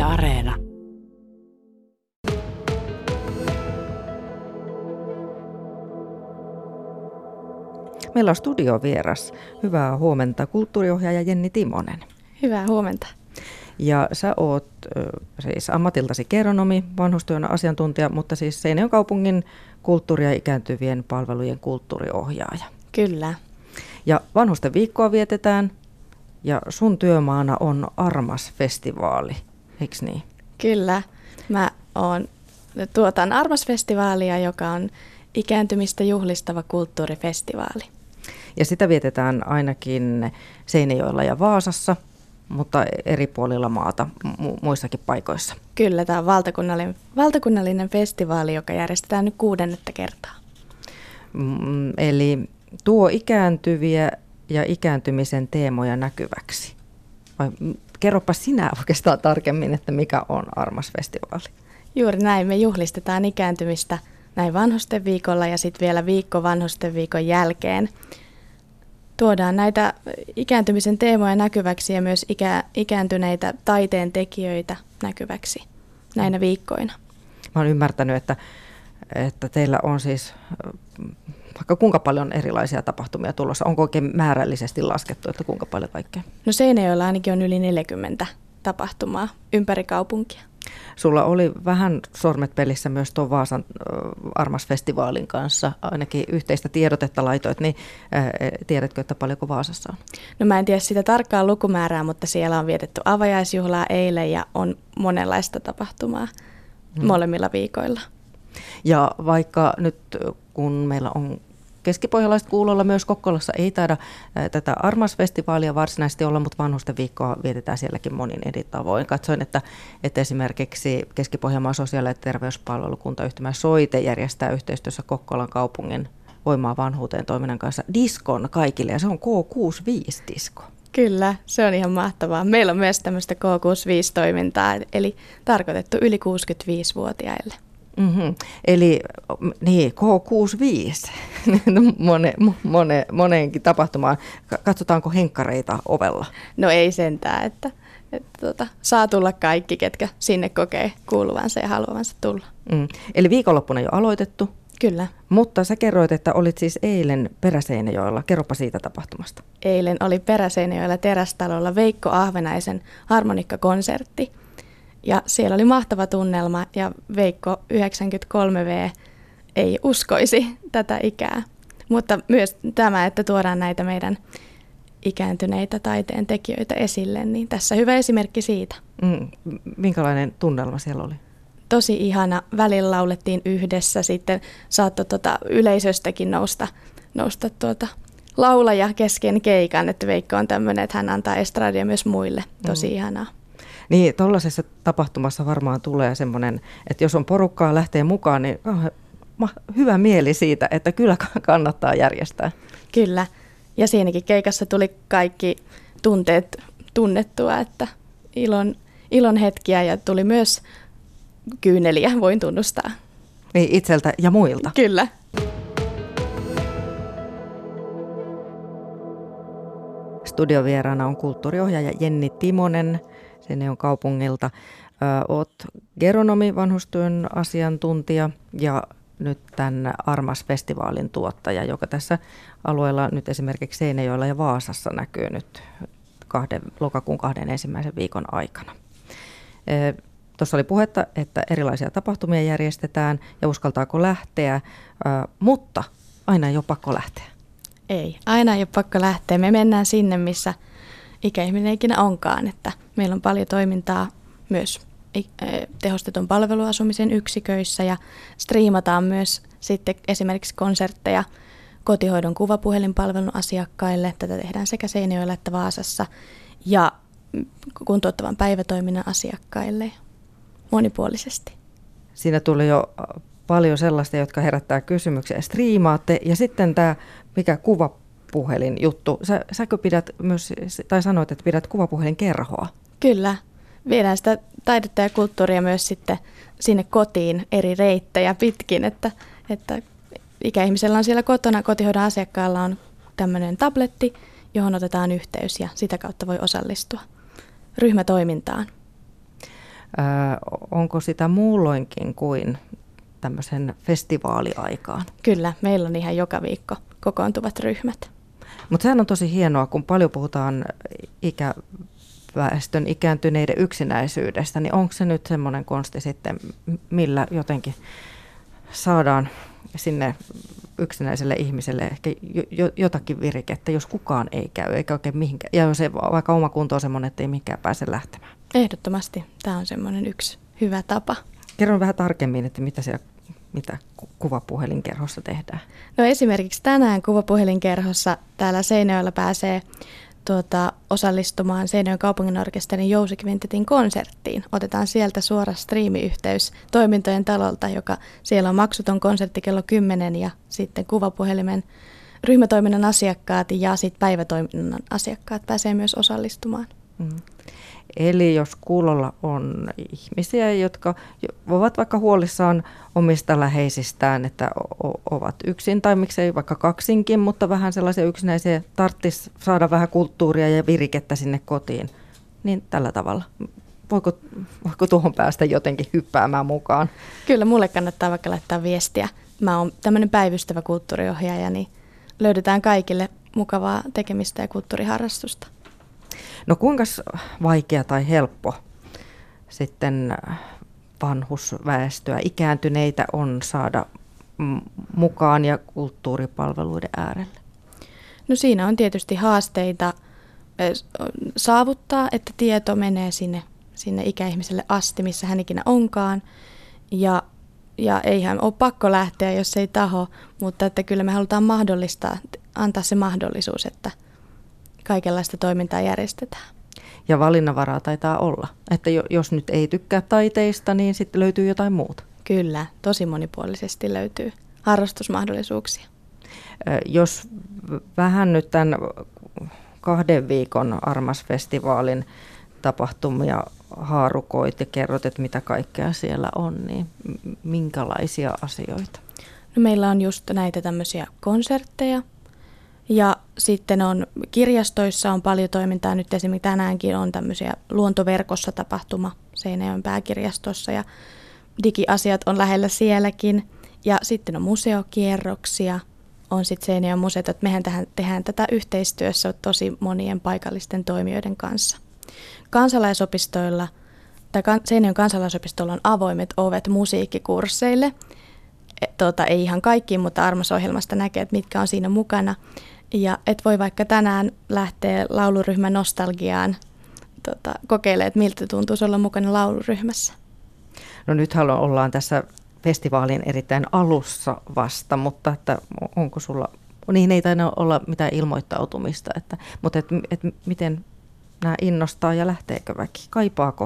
Yle Areena. Meillä on studiovieras. Hyvää huomenta, kulttuuriohjaaja Jenni Timonen. Hyvää huomenta. Ja sä oot siis ammatiltasi geronomi, vanhustyön asiantuntija, mutta siis Seinäjoen kaupungin kulttuuri- ja ikääntyvien palvelujen kulttuuriohjaaja. Kyllä. Ja vanhusten viikkoa vietetään ja sun työmaana on Armas-festivaali, eikö niin? Kyllä. Mä tuotan Armas-festivaalia, joka on ikääntymistä juhlistava kulttuurifestivaali. Ja sitä vietetään ainakin Seinäjoella ja Vaasassa, mutta eri puolilla maata, muissakin paikoissa. Kyllä, tämä on valtakunnallinen festivaali, joka järjestetään nyt 6. kertaa. Eli tuo ikääntyviä ja ikääntymisen teemoja näkyväksi. Vai kerropa sinä oikeastaan tarkemmin, että mikä on Armas-festivaali? Juuri näin, me juhlistetaan ikääntymistä näin vanhusten viikolla ja sitten vielä viikko vanhusten viikon jälkeen. Tuodaan näitä ikääntymisen teemoja näkyväksi ja myös ikääntyneitä taiteen tekijöitä näkyväksi näinä viikkoina. Mä oon ymmärtänyt, että teillä on siis vaikka kuinka paljon erilaisia tapahtumia tulossa. Onko oikein määrällisesti laskettu, että kuinka paljon kaikkea? No Seinäjoella ainakin on yli 40 tapahtumaa ympäri kaupunkia. Sulla oli vähän sormet pelissä myös tuon Vaasan Armas-festivaalin kanssa, ainakin yhteistä tiedotetta laitoit, niin tiedätkö, että paljonko Vaasassa on? No mä en tiedä sitä tarkkaa lukumäärää, mutta siellä on vietetty avajaisjuhlaa eilen ja on monenlaista tapahtumaa molemmilla viikoilla. Ja vaikka nyt kun meillä on keskipohjalaiset kuulolla, myös Kokkolassa ei taida tätä Armas-festivaalia varsinaisesti olla, mutta vanhusten viikkoa vietetään sielläkin monin eri tavoin. Katsoin, että esimerkiksi Keski-Pohjanmaan sosiaali- ja terveyspalvelukuntayhtymä Soite järjestää yhteistyössä Kokkolan kaupungin Voimaa vanhuuteen toiminnan kanssa diskon kaikille, ja se on K65-disko. Kyllä, se on ihan mahtavaa. Meillä on myös tämmöistä K65-toimintaa, eli tarkoitettu yli 65-vuotiaille. Mm-hmm. Eli niin, K65, moneenkin tapahtumaan. Katsotaanko henkkareita ovella? No ei sentään, että saa tulla kaikki, ketkä sinne kokee kuuluvansa ja haluavansa tulla. Eli viikonloppuna jo aloitettu? Kyllä. Mutta sä kerroit, että olit siis eilen Peräseinäjoella. Kerropa siitä tapahtumasta. Eilen oli Peräseinäjoella Terästalolla Veikko Ahvenaisen harmonikkakonsertti. Ja siellä oli mahtava tunnelma ja Veikko 93V ei uskoisi tätä ikää. Mutta myös tämä, että tuodaan näitä meidän ikääntyneitä taiteen tekijöitä esille, niin tässä hyvä esimerkki siitä. Minkälainen tunnelma siellä oli? Tosi ihana. Välillä laulettiin yhdessä, sitten saattoi yleisöstäkin nousta laulaja kesken keikan, että Veikko on tämmöinen, että hän antaa estradia myös muille. Tosi ihanaa. Niin, tuollaisessa tapahtumassa varmaan tulee semmoinen, että jos on porukkaa lähtee mukaan, niin hyvä mieli siitä, että kyllä kannattaa järjestää. Kyllä, ja siinäkin keikassa tuli kaikki tunteet tunnettua, että ilon hetkiä ja tuli myös kyyneliä, voin tunnustaa. Niin, itseltä ja muilta. Kyllä. Studiovieraana on kulttuuriohjaaja Jenni Timonen Seinäjoen kaupungilta. Oot geronomi, vanhustyön asiantuntija ja nyt tämän Armas-festivaalin tuottaja, joka tässä alueella nyt esimerkiksi Seinäjoella ja Vaasassa näkyy nyt lokakuun 2. ensimmäisen viikon aikana. Tuossa oli puhetta, että erilaisia tapahtumia järjestetään ja uskaltaako lähteä, mutta aina ei ole pakko lähteä. Ei, aina ei ole pakko lähteä. Me mennään sinne, missä ikäihminen ikinä onkaan, että meillä on paljon toimintaa myös tehostetun palveluasumisen yksiköissä ja striimataan myös sitten esimerkiksi konsertteja kotihoidon kuvapuhelinpalvelun asiakkaille. Tätä tehdään sekä Seinäjoella että Vaasassa ja kuntouttavan päivätoiminnan asiakkaille monipuolisesti. Siinä tuli jo paljon sellaista, jotka herättää kysymyksiä. Striimaatte ja sitten tämä mikä kuvapuhelin juttu. Säkö pidät myös, tai sanoit, että pidät kuvapuhelinkerhoa? Kyllä. Viedään sitä taidetta ja kulttuuria myös sitten sinne kotiin eri reittejä pitkin, että ikäihmisellä on siellä kotona, kotihoidon asiakkaalla on tämmöinen tabletti, johon otetaan yhteys ja sitä kautta voi osallistua ryhmätoimintaan. Onko sitä muulloinkin kuin tämmöisen festivaaliaikaan? Kyllä, meillä on ihan joka viikko kokoontuvat ryhmät. Mutta sehän on tosi hienoa, kun paljon puhutaan väestön ikääntyneiden yksinäisyydestä, niin onko se nyt semmoinen konsti sitten, millä jotenkin saadaan sinne yksinäiselle ihmiselle ehkä jotakin virikettä, jos kukaan ei käy, eikä oikein mihinkään, ja jos ei, vaikka oma kunto on semmoinen, että ei mihinkään pääse lähtemään. Ehdottomasti. Tämä on semmoinen yksi hyvä tapa. Kerron vähän tarkemmin, että mitä kuvapuhelinkerhossa tehdään. No esimerkiksi tänään kuvapuhelinkerhossa täällä Seinäjoella pääsee osallistumaan Seinäjoen kaupunginorkesterin Jousikvintetin konserttiin. Otetaan sieltä suora striimiyhteys Toimintojen talolta, joka siellä on maksuton konsertti kello 10 ja sitten kuvapuhelimen ryhmätoiminnan asiakkaat ja sitten päivätoiminnan asiakkaat pääsee myös osallistumaan. Eli jos kuulolla on ihmisiä, jotka ovat vaikka huolissaan omista läheisistään, että ovat yksin tai miksei vaikka kaksinkin, mutta vähän sellaisia yksinäisiä, tarvitsisi saada vähän kulttuuria ja virikettä sinne kotiin, niin tällä tavalla. Voiko tuohon päästä jotenkin hyppäämään mukaan? Kyllä, mulle kannattaa vaikka laittaa viestiä. Mä oon tämmöinen päivystävä kulttuuriohjaaja, niin löydetään kaikille mukavaa tekemistä ja kulttuuriharrastusta. No kuinka vaikea tai helppo sitten vanhusväestöä, ikääntyneitä on saada mukaan ja kulttuuripalveluiden äärelle? No siinä on tietysti haasteita saavuttaa, että tieto menee sinne ikäihmiselle asti, missä hän ikinä onkaan. Ja eihän ole pakko lähteä, jos ei taho, mutta että kyllä me halutaan antaa se mahdollisuus, että kaikenlaista toimintaa järjestetään. Ja valinnanvaraa taitaa olla, että jos nyt ei tykkää taiteista, niin sitten löytyy jotain muuta. Kyllä, tosi monipuolisesti löytyy harrastusmahdollisuuksia. Jos vähän nyt tämän 2 viikon Armas-festivaalin tapahtumia haarukoit ja kerrot, että mitä kaikkea siellä on, niin minkälaisia asioita? No meillä on just näitä tämmöisiä konsertteja. Ja sitten kirjastoissa on paljon toimintaa. Nyt esimerkiksi tänäänkin on tämmöisiä luontoverkossa tapahtuma Seinäjoen pääkirjastossa ja digiasiat on lähellä sielläkin. Ja sitten on museokierroksia, on sitten Seinäjoen museot, että mehän tehdään tätä yhteistyössä tosi monien paikallisten toimijoiden kanssa. Kansalaisopistoilla, tai Seinäjoen kansalaisopistolla on avoimet ovet musiikkikursseille. Ei ihan kaikkiin, mutta Armas-ohjelmasta näkee, että mitkä on siinä mukana. Ja et voi vaikka tänään lähteä lauluryhmän nostalgiaan kokeilemaan, että miltä tuntuisi olla mukana lauluryhmässä. No nythän ollaan tässä festivaalin erittäin alussa vasta, mutta että onko sulla, niihin ei taida olla mitään ilmoittautumista, mutta miten nämä innostaa ja lähteekö väki? Kaipaako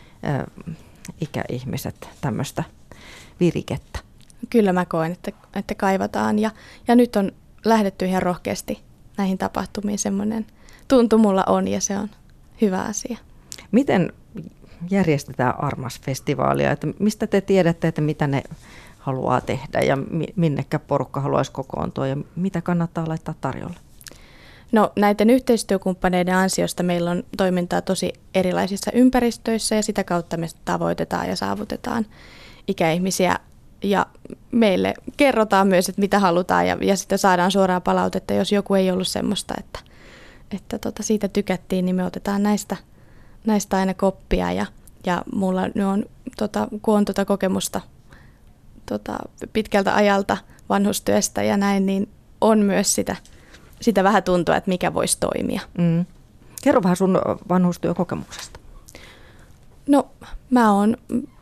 ikäihmiset tämmöistä virikettä? Kyllä mä koen, että kaivataan ja nyt on lähdetty ihan rohkeasti näihin tapahtumiin. Semmoinen tuntu mulla on ja se on hyvä asia. Miten järjestetään Armas-festivaalia? Että mistä te tiedätte, että mitä ne haluaa tehdä ja minnekä porukka haluaisi kokoontua ja mitä kannattaa laittaa tarjolle? No näiden yhteistyökumppaneiden ansiosta meillä on toimintaa tosi erilaisissa ympäristöissä ja sitä kautta me tavoitetaan ja saavutetaan ikäihmisiä. Ja meille kerrotaan myös, että mitä halutaan ja sitten saadaan suoraa palautetta, jos joku ei ollut semmoista, että siitä tykättiin, niin me otetaan näistä aina koppia. Ja mulla on, kun on kokemusta pitkältä ajalta vanhustyöstä ja näin, niin on myös sitä vähän tuntua, että mikä voisi toimia. Mm. Kerro vähän sun vanhustyökokemuksesta. No mä oon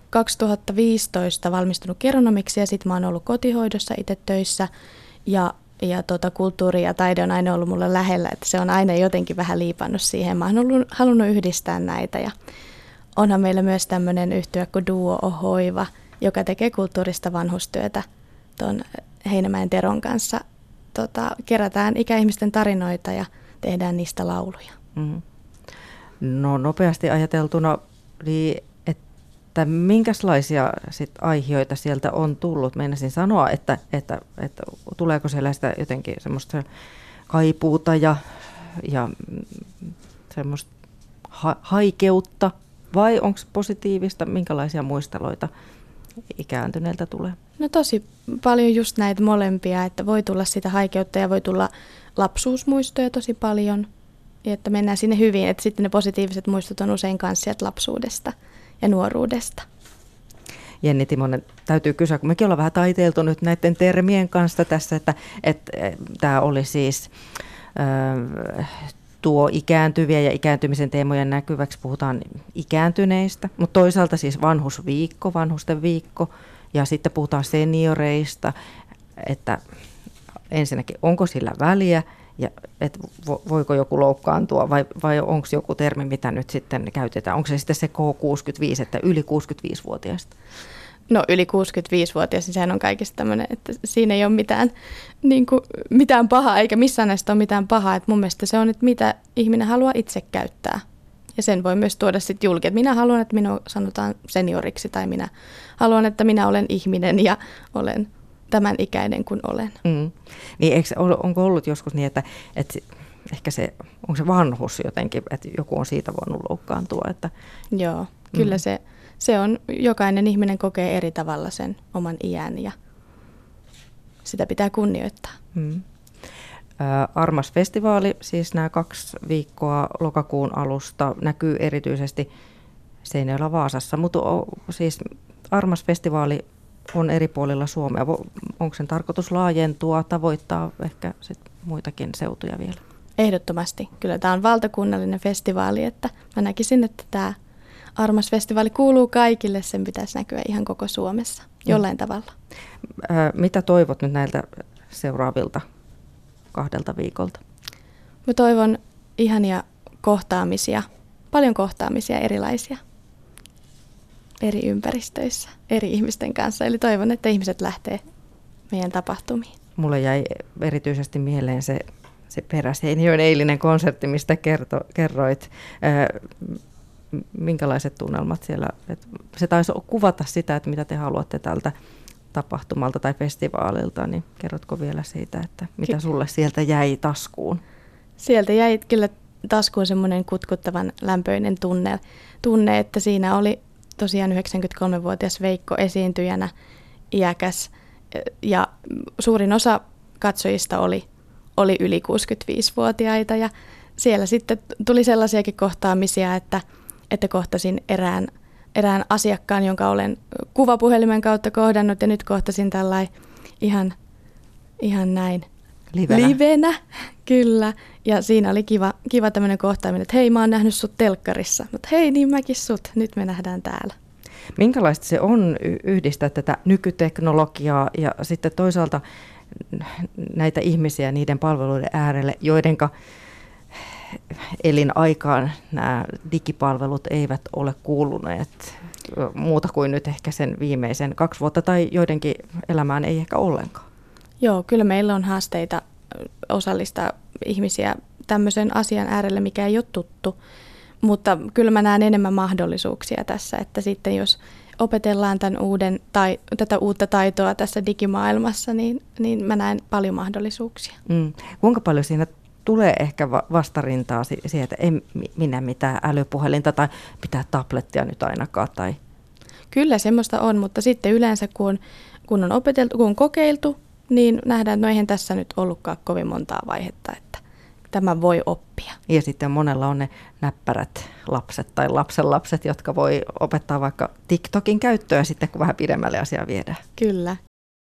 2015 valmistunut geronomiksi ja sitten mä oon ollut kotihoidossa itse töissä ja kulttuuri ja taide on aina ollut mulle lähellä, että se on aina jotenkin vähän liipannut siihen. Mä oon halunnut yhdistää näitä ja onhan meillä myös tämmöinen yhtye kuin Duo Ohoiva, joka tekee kulttuurista vanhustyötä tuon Heinämäen Teron kanssa. Kerätään ikäihmisten tarinoita ja tehdään niistä lauluja. Mm. No nopeasti ajateltuna, niin että minkälaisia aihioita sieltä on tullut? Meinasin sanoa, että tuleeko siellä sitä jotenkin semmoista kaipuuta ja semmoista haikeutta? vai onko positiivista? Minkälaisia muisteloita ikääntyneiltä tulee? No tosi paljon just näitä molempia, että voi tulla sitä haikeutta ja voi tulla lapsuusmuistoja tosi paljon, ja että mennään sinne hyvin, että sitten ne positiiviset muistot on usein kanssa sieltä lapsuudesta ja nuoruudesta. Jenni Timonen, täytyy kysyä, kun mekin ollaan vähän taiteiltu nyt näiden termien kanssa tässä, että tämä oli siis tuo ikääntyviä ja ikääntymisen teemojen näkyväksi puhutaan ikääntyneistä, mutta toisaalta siis vanhusviikko, vanhusten viikko, ja sitten puhutaan senioreista, että ensinnäkin onko sillä väliä, ja että voiko joku loukkaantua vai onko joku termi, mitä nyt sitten käytetään? Onko se sitten se K65, että yli 65-vuotiaista? No yli 65-vuotias, niin sehän on kaikista tämmöinen, että siinä ei ole mitään pahaa, eikä missään näistä ole mitään pahaa. Että mun mielestä se on, että mitä ihminen haluaa itse käyttää. Ja sen voi myös tuoda sitten julki, että minä haluan, että minua sanotaan senioriksi, tai minä haluan, että minä olen ihminen ja olen tämän ikäinen kuin olen. Niin onko ollut joskus niin, että ehkä onko se vanhus jotenkin, että joku on siitä voinut loukkaantua? Että... Joo, kyllä se on, jokainen ihminen kokee eri tavalla sen oman iän ja sitä pitää kunnioittaa. Armas-festivaali, siis nämä 2 viikkoa lokakuun alusta, näkyy erityisesti Seinäjoella Vaasassa, mutta siis Armas-festivaali on eri puolilla Suomea. Onko sen tarkoitus laajentua, tavoittaa ehkä sit muitakin seutuja vielä? Ehdottomasti. Kyllä tämä on valtakunnallinen festivaali, että mä näkisin, että tämä Armas-festivaali kuuluu kaikille, sen pitäisi näkyä ihan koko Suomessa jollain tavalla. Mitä toivot nyt näiltä seuraavilta 2 viikolta? Mä toivon ihania kohtaamisia, paljon kohtaamisia erilaisia eri ympäristöissä, eri ihmisten kanssa. Eli toivon, että ihmiset lähtee meidän tapahtumiin. Mulle jäi erityisesti mieleen se Peräseinäjoen eilinen konsertti, mistä kerroit. Minkälaiset tunnelmat siellä? Se taisi kuvata sitä, että mitä te haluatte tältä tapahtumalta tai festivaalilta, niin kerrotko vielä siitä, että mitä sulle sieltä jäi taskuun? Sieltä jäi kyllä taskuun semmoinen kutkuttavan lämpöinen tunne, että siinä oli tosiaan 93-vuotias Veikko esiintyjänä, iäkäs, ja suurin osa katsojista oli yli 65-vuotiaita, ja siellä sitten tuli sellaisiakin kohtaamisia, että kohtasin erään asiakkaan, jonka olen kuvapuhelimen kautta kohdannut, ja nyt kohtasin tällainen ihan näin livenä. Kyllä, ja siinä oli kiva tämmöinen kohtaaminen, että hei, mä oon nähnyt sut telkkarissa, mutta hei, niin mäkin sut, nyt me nähdään täällä. Minkälaista se on yhdistää tätä nykyteknologiaa ja sitten toisaalta näitä ihmisiä niiden palveluiden äärelle, joidenka elinaikaan nämä digipalvelut eivät ole kuuluneet muuta kuin nyt ehkä sen viimeisen 2 vuotta tai joidenkin elämään ei ehkä ollenkaan? Joo, kyllä meillä on haasteita osallistaa ihmisiä tämmöisen asian äärelle, mikä ei ole tuttu, mutta kyllä mä näen enemmän mahdollisuuksia tässä, että sitten jos opetellaan tätä uutta taitoa tässä digimaailmassa, niin mä näen paljon mahdollisuuksia. Kuinka paljon siinä tulee ehkä vastarintaa siihen, että ei minä mitään älypuhelinta tai pitää tablettia nyt ainakaan? Tai... Kyllä semmoista on, mutta sitten yleensä kun on opeteltu, kun on kokeiltu, niin nähdään, että no eihän tässä nyt ollutkaan kovin montaa vaihetta, että tämä voi oppia. Ja sitten monella on ne näppärät lapset tai lapsenlapset, jotka voi opettaa vaikka TikTokin käyttöä sitten, kun vähän pidemmälle asiaa viedään. Kyllä,